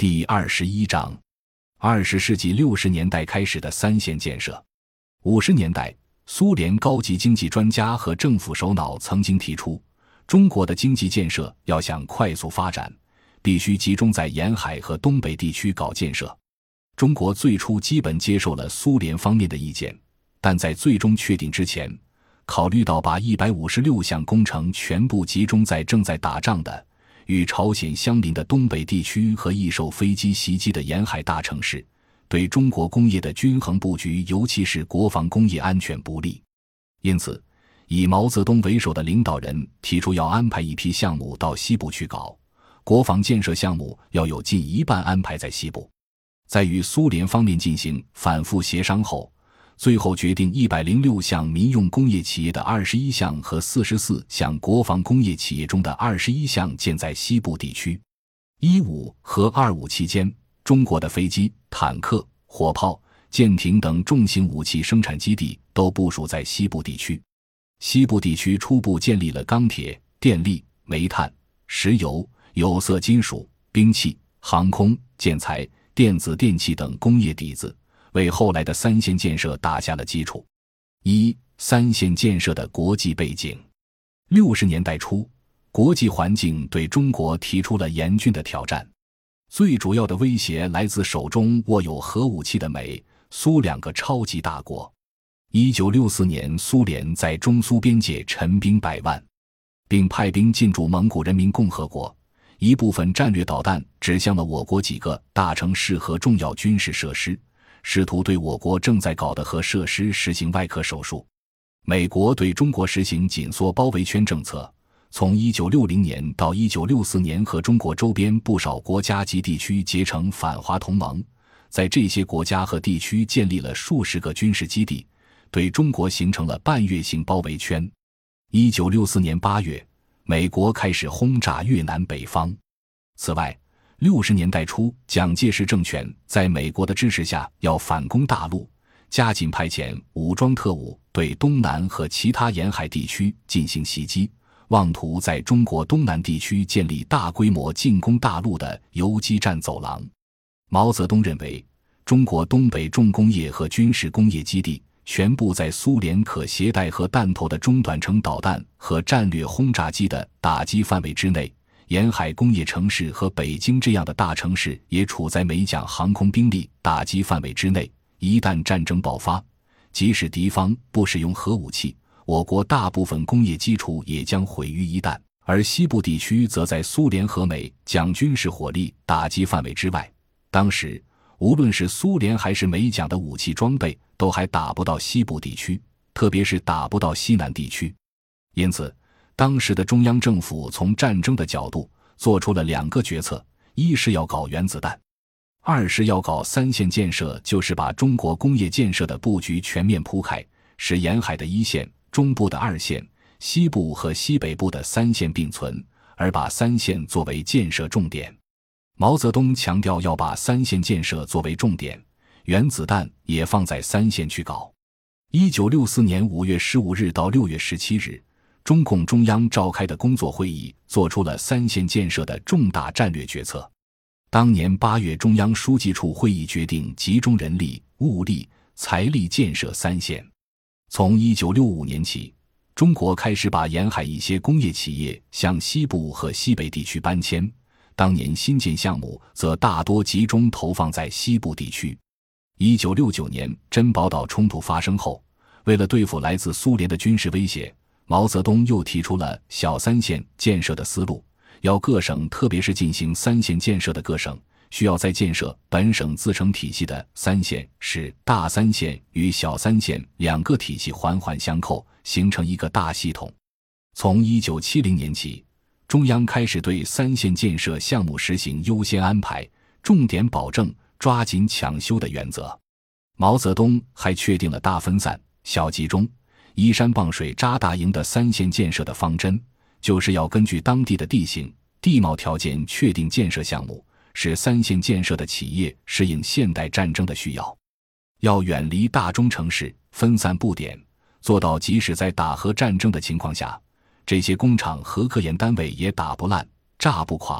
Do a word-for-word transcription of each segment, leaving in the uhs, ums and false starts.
第二十一章，二十世纪六十年代开始的三线建设。五十年代，苏联高级经济专家和政府首脑曾经提出，中国的经济建设要想快速发展，必须集中在沿海和东北地区搞建设。中国最初基本接受了苏联方面的意见，但在最终确定之前，考虑到把一百五十六项工程全部集中在正在打仗的与朝鲜相邻的东北地区和易受飞机袭击的沿海大城市，对中国工业的均衡布局，尤其是国防工业安全不利。因此，以毛泽东为首的领导人提出要安排一批项目到西部去搞，国防建设项目要有近一半安排在西部。在与苏联方面进行反复协商后，最后决定一百零六项民用工业企业的二十一项和四十四项国防工业企业中的二十一项建在西部地区。一五和二五期间，中国的飞机、坦克、火炮、舰艇等重型武器生产基地都部署在西部地区。西部地区初步建立了钢铁、电力、煤炭、石油、有色金属、兵器、航空、建材、电子电器等工业底子，为后来的三线建设打下了基础。一、三线建设的国际背景。六十年代初，国际环境对中国提出了严峻的挑战，最主要的威胁来自手中握有核武器的美、苏两个超级大国。一九六四年，苏联在中苏边界陈兵百万，并派兵进驻蒙古人民共和国，一部分战略导弹指向了我国几个大城市和重要军事设施，试图对我国正在搞的核设施实行外科手术。美国对中国实行紧缩包围圈政策，从一九六零年到一九六四年和中国周边不少国家及地区结成反华同盟，在这些国家和地区建立了数十个军事基地，对中国形成了半月形包围圈。一九六四年八月，美国开始轰炸越南北方。此外，六十年代初，蒋介石政权在美国的支持下要反攻大陆，加紧派遣武装特务对东南和其他沿海地区进行袭击，妄图在中国东南地区建立大规模进攻大陆的游击战走廊。毛泽东认为，中国东北重工业和军事工业基地全部在苏联可携带核弹头的中短程导弹和战略轰炸机的打击范围之内，沿海工业城市和北京这样的大城市也处在美蒋航空兵力打击范围之内。一旦战争爆发，即使敌方不使用核武器，我国大部分工业基础也将毁于一旦，而西部地区则在苏联和美蒋军事火力打击范围之外。当时无论是苏联还是美蒋的武器装备都还打不到西部地区，特别是打不到西南地区。因此当时的中央政府从战争的角度做出了两个决策，一是要搞原子弹，二是要搞三线建设，就是把中国工业建设的布局全面铺开，使沿海的一线、中部的二线、西部和西北部的三线并存，而把三线作为建设重点。毛泽东强调要把三线建设作为重点，原子弹也放在三线去搞。一九六四年五月十五日到六月十七日，中共中央召开的工作会议做出了三线建设的重大战略决策。当年八月，中央书记处会议决定集中人力、物力、财力建设三线。从一九六五年起，中国开始把沿海一些工业企业向西部和西北地区搬迁，当年新建项目则大多集中投放在西部地区。一九六九年珍宝岛冲突发生后，为了对付来自苏联的军事威胁，毛泽东又提出了小三线建设的思路，要各省，特别是进行三线建设的各省，需要在建设本省自成体系的三线，使大三线与小三线两个体系环环相扣，形成一个大系统。从一九七零年起，中央开始对三线建设项目实行优先安排、重点保证、抓紧抢修的原则。毛泽东还确定了大分散、小集中、依山傍水扎大营的三线建设的方针，就是要根据当地的地形、地貌条件确定建设项目，使三线建设的企业适应现代战争的需要。要远离大中城市，分散布点，做到即使在打核战争的情况下，这些工厂核科研单位也打不烂、炸不垮，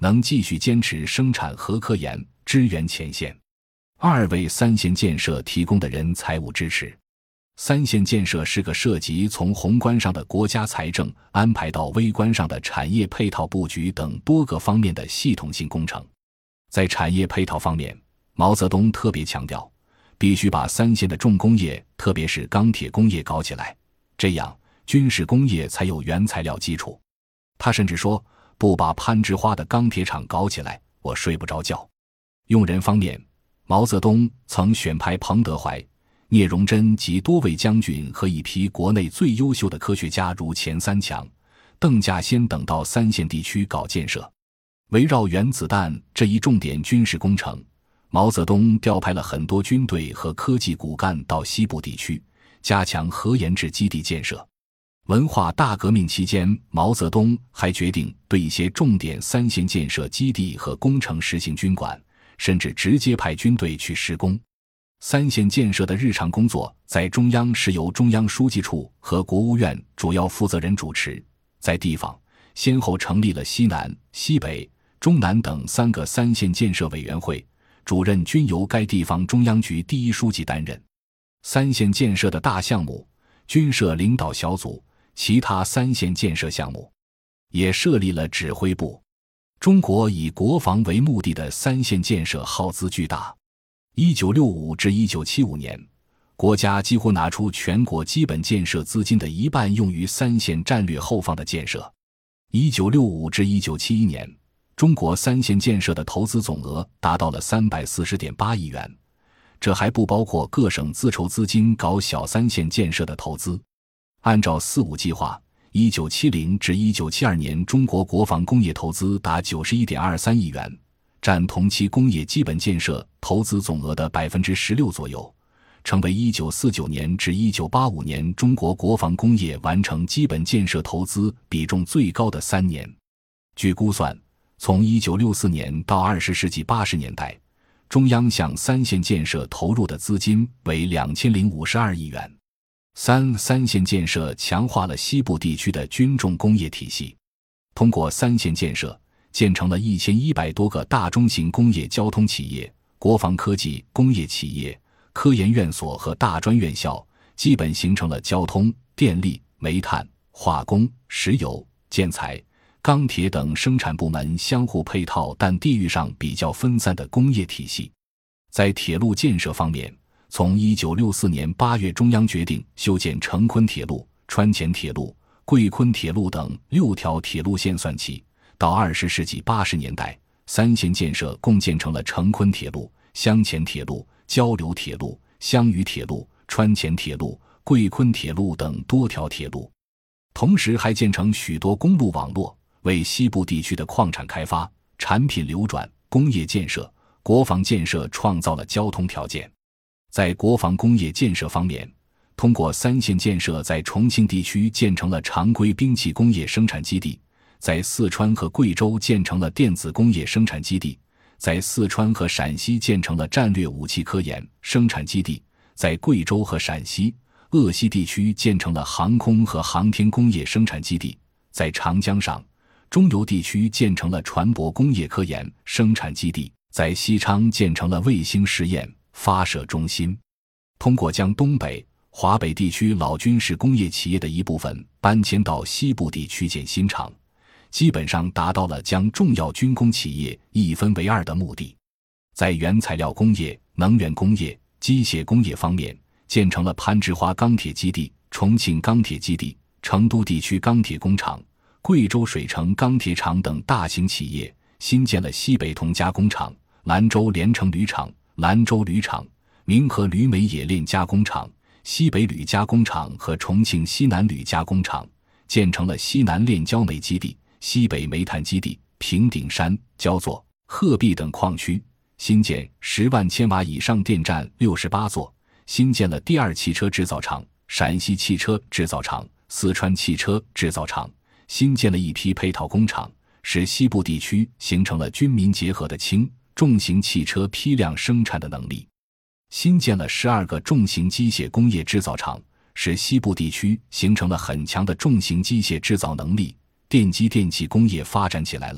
能继续坚持生产核科研，支援前线。二、为三线建设提供的人财务支持。三线建设是个涉及从宏观上的国家财政安排到微观上的产业配套布局等多个方面的系统性工程。在产业配套方面，毛泽东特别强调，必须把三线的重工业，特别是钢铁工业搞起来，这样军事工业才有原材料基础。他甚至说，不把攀枝花的钢铁厂搞起来，我睡不着觉。用人方面，毛泽东曾选派彭德怀、聂荣臻及多位将军和一批国内最优秀的科学家如钱三强、邓稼先等到三线地区搞建设。围绕原子弹这一重点军事工程，毛泽东调派了很多军队和科技骨干到西部地区，加强核研制基地建设。文化大革命期间，毛泽东还决定对一些重点三线建设基地和工程实行军管，甚至直接派军队去施工。三线建设的日常工作在中央是由中央书记处和国务院主要负责人主持，在地方先后成立了西南、西北、中南等三个三线建设委员会，主任均由该地方中央局第一书记担任。三线建设的大项目均设领导小组，其他三线建设项目也设立了指挥部。中国以国防为目的的三线建设耗资巨大。一九六五至一九七五年，国家几乎拿出全国基本建设资金的一半用于三线战略后方的建设。一九六五至一九七一年，中国三线建设的投资总额达到了 三百四十点八亿元，这还不包括各省自筹资金搞小三线建设的投资。按照四五计划，一九七零至一九七二年中国国防工业投资达 九十一点二三亿元，占同期工业基本建设投资总额的 百分之十六 左右，成为一九四九年至一九八五年中国国防工业完成基本建设投资比重最高的三年。据估算，从一九六四年到二十世纪八十年代，中央向三线建设投入的资金为两千零五十二亿元。三、三线建设强化了西部地区的军重工业体系。通过三线建设，建成了一千一百多个大中型工业交通企业、国防科技工业企业、科研院所和大专院校，基本形成了交通、电力、煤炭、化工、石油、建材、钢铁等生产部门相互配套但地域上比较分散的工业体系。在铁路建设方面，从一九六四年八月中央决定修建成昆铁路、川黔铁路、贵昆铁路等六条铁路线算起，到二十世纪八十年代，三线建设共建成了成昆铁路、湘黔铁路、交流铁路、湘渝铁路、川黔铁路、贵昆铁路等多条铁路，同时还建成许多公路网络，为西部地区的矿产开发、产品流转、工业建设、国防建设创造了交通条件。在国防工业建设方面，通过三线建设，在重庆地区建成了常规兵器工业生产基地，在四川和贵州建成了电子工业生产基地，在四川和陕西建成了战略武器科研生产基地，在贵州和陕西、鄂西地区建成了航空和航天工业生产基地，在长江上、中游地区建成了船舶工业科研生产基地，在西昌建成了卫星试验发射中心。通过将东北、华北地区老军事工业企业的一部分搬迁到西部地区建新厂，基本上达到了将重要军工企业一分为二的目的。在原材料工业、能源工业、机械工业方面，建成了攀枝花钢铁基地、重庆钢铁基地、成都地区钢铁工厂、贵州水城钢铁厂等大型企业，新建了西北铜加工厂、兰州连城铝厂、兰州铝厂、明和铝镁冶炼加工厂、西北铝加工厂和重庆西南铝加工厂，建成了西南炼焦煤基地、西北煤炭基地、平顶山、焦作、鹤壁等矿区，新建十万千瓦以上电站六十八座，新建了第二汽车制造厂、陕西汽车制造厂、四川汽车制造厂，新建了一批配套工厂，使西部地区形成了军民结合的轻重型汽车批量生产的能力。新建了十二个重型机械工业制造厂，使西部地区形成了很强的重型机械制造能力，电机电气工业发展起来了，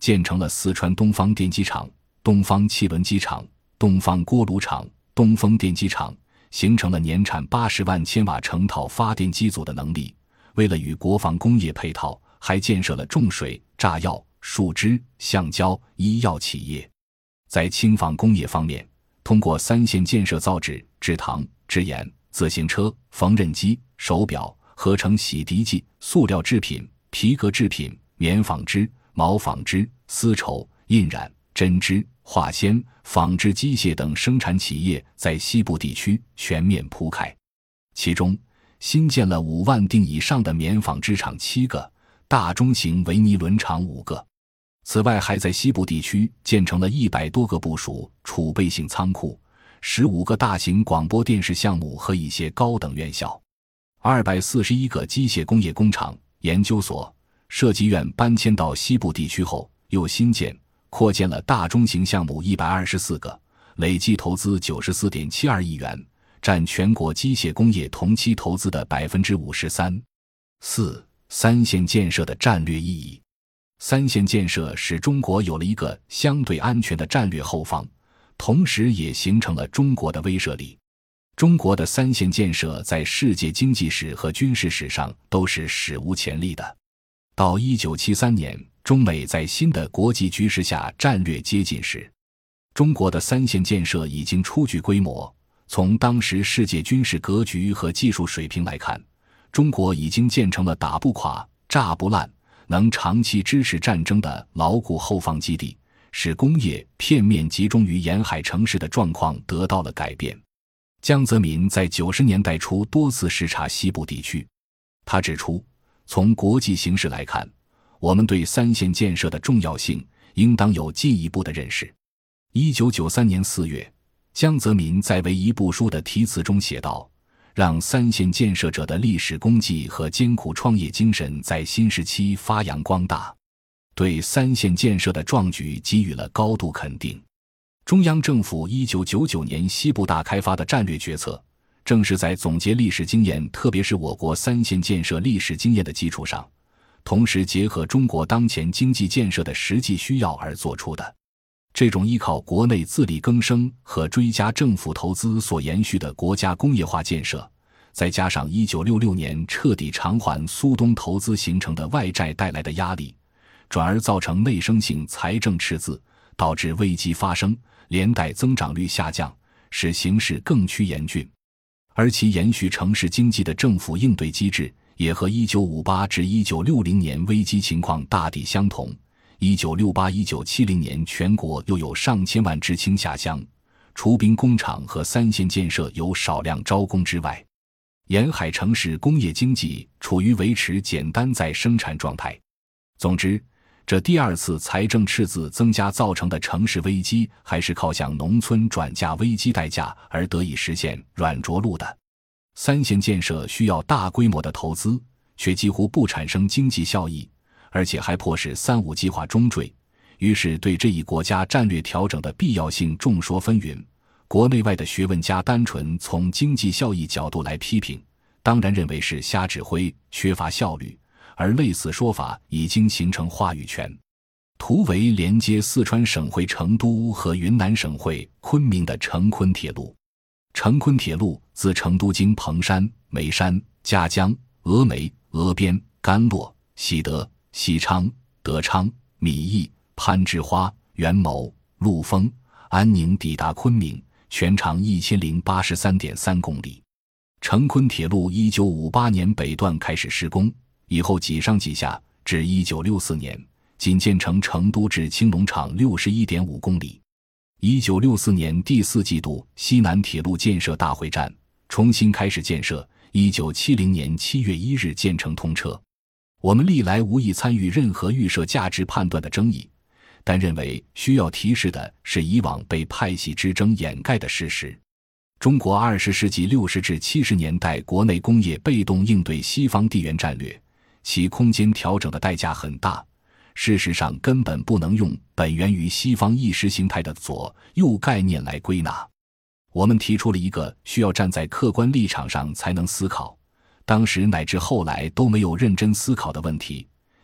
建成了四川东方电机厂、东方汽轮机厂、东方锅炉厂、东风电机厂，形成了年产八十万千瓦成套发电机组的能力。为了与国防工业配套，还建设了重水、炸药、树脂、橡胶、医药企业。在轻纺工业方面，通过三线建设造纸、制糖、制盐、自行车、缝纫机、手表、合成洗涤剂、塑料制品、皮革制品、棉纺织、毛纺织、丝绸、印染、针织、化纤、纺织机械等生产企业在西部地区全面铺开。其中，新建了五万锭以上的棉纺织厂七个，大中型维尼轮厂五个。此外，还在西部地区建成了一百多个部署储备性仓库、十五个大型广播电视项目和一些高等院校。二百四十一个机械工业工厂、研究所、设计院搬迁到西部地区后，又新建、扩建了大中型项目一百二十四个，累计投资 九十四点七二亿元，占全国机械工业同期投资的 百分之五十三。四、三线建设的战略意义。三线建设使中国有了一个相对安全的战略后方，同时也形成了中国的威慑力。中国的三线建设在世界经济史和军事史上都是史无前例的。到一九七三年，中美在新的国际局势下战略接近时，中国的三线建设已经初具规模。从当时世界军事格局和技术水平来看，中国已经建成了打不垮、炸不烂、能长期支持战争的牢固后方基地，使工业片面集中于沿海城市的状况得到了改变。江泽民在九十年代初多次视察西部地区，他指出，从国际形势来看，我们对三线建设的重要性应当有进一步的认识。一九九三年四月，江泽民在为一部书的题词中写道，让三线建设者的历史功绩和艰苦创业精神在新时期发扬光大，对三线建设的壮举给予了高度肯定。中央政府一九九九年西部大开发的战略决策，正是在总结历史经验，特别是我国三线建设历史经验的基础上，同时结合中国当前经济建设的实际需要而做出的。这种依靠国内自力更生和追加政府投资所延续的国家工业化建设，再加上一九六六年彻底偿还苏东投资形成的外债带来的压力，转而造成内生性财政赤字，导致危机发生，连带增长率下降，使形势更趋严峻。而其延续城市经济的政府应对机制，也和一九五八至一九六零年危机情况大抵相同。一九六八、一九七零年全国又有上千万知青下乡，除兵工厂和三线建设有少量招工之外，沿海城市工业经济处于维持简单再生产状态。总之，这第二次财政赤字增加造成的城市危机，还是靠向农村转嫁危机代价而得以实现软着陆的。三线建设需要大规模的投资，却几乎不产生经济效益，而且还迫使三五计划终坠，于是对这一国家战略调整的必要性众说纷纭。国内外的学问家单纯从经济效益角度来批评，当然认为是瞎指挥，缺乏效率，而类似说法已经形成话语权。图为连接四川省会成都和云南省会昆明的成昆铁路。成昆铁路自成都经彭山、眉山、嘉江、峨眉、峨边、甘洛、喜德、西昌、德昌、米易、攀枝花、元谋、陆丰、安宁抵达昆明，全长 一千零八十三点三公里。成昆铁路一九五八年北段开始施工，以后几上几下，至一九六四年仅建成成都至青龙场 六十一点五公里。一九六四年第四季度西南铁路建设大会战重新开始建设，一九七零年七月一日建成通车。我们历来无意参与任何预设价值判断的争议，但认为需要提示的是以往被派系之争掩盖的事实。中国二十世纪六十至七十年代国内工业被动应对西方地缘战略，其空间调整的代价很大，事实上根本不能用本源于西方意识形态的左右概念来归纳。我们提出了一个需要站在客观立场上才能思考，当时乃至后来都没有认真思考的问题，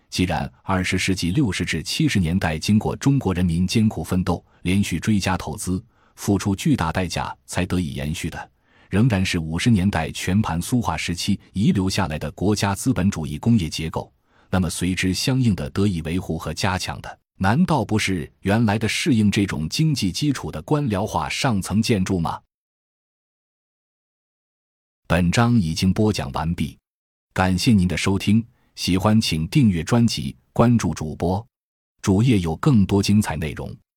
既然二十世纪六十至七十年代经过中国人民艰苦奋斗，连续追加投资，付出巨大代价才得以延续的，仍然是五十年代全盘苏化时期遗留下来的国家资本主义工业结构，那么随之相应的得以维护和加强的，难道不是原来的适应这种经济基础的官僚化上层建筑吗？本章已经播讲完毕，感谢您的收听，喜欢请订阅专辑，关注主播，主页有更多精彩内容。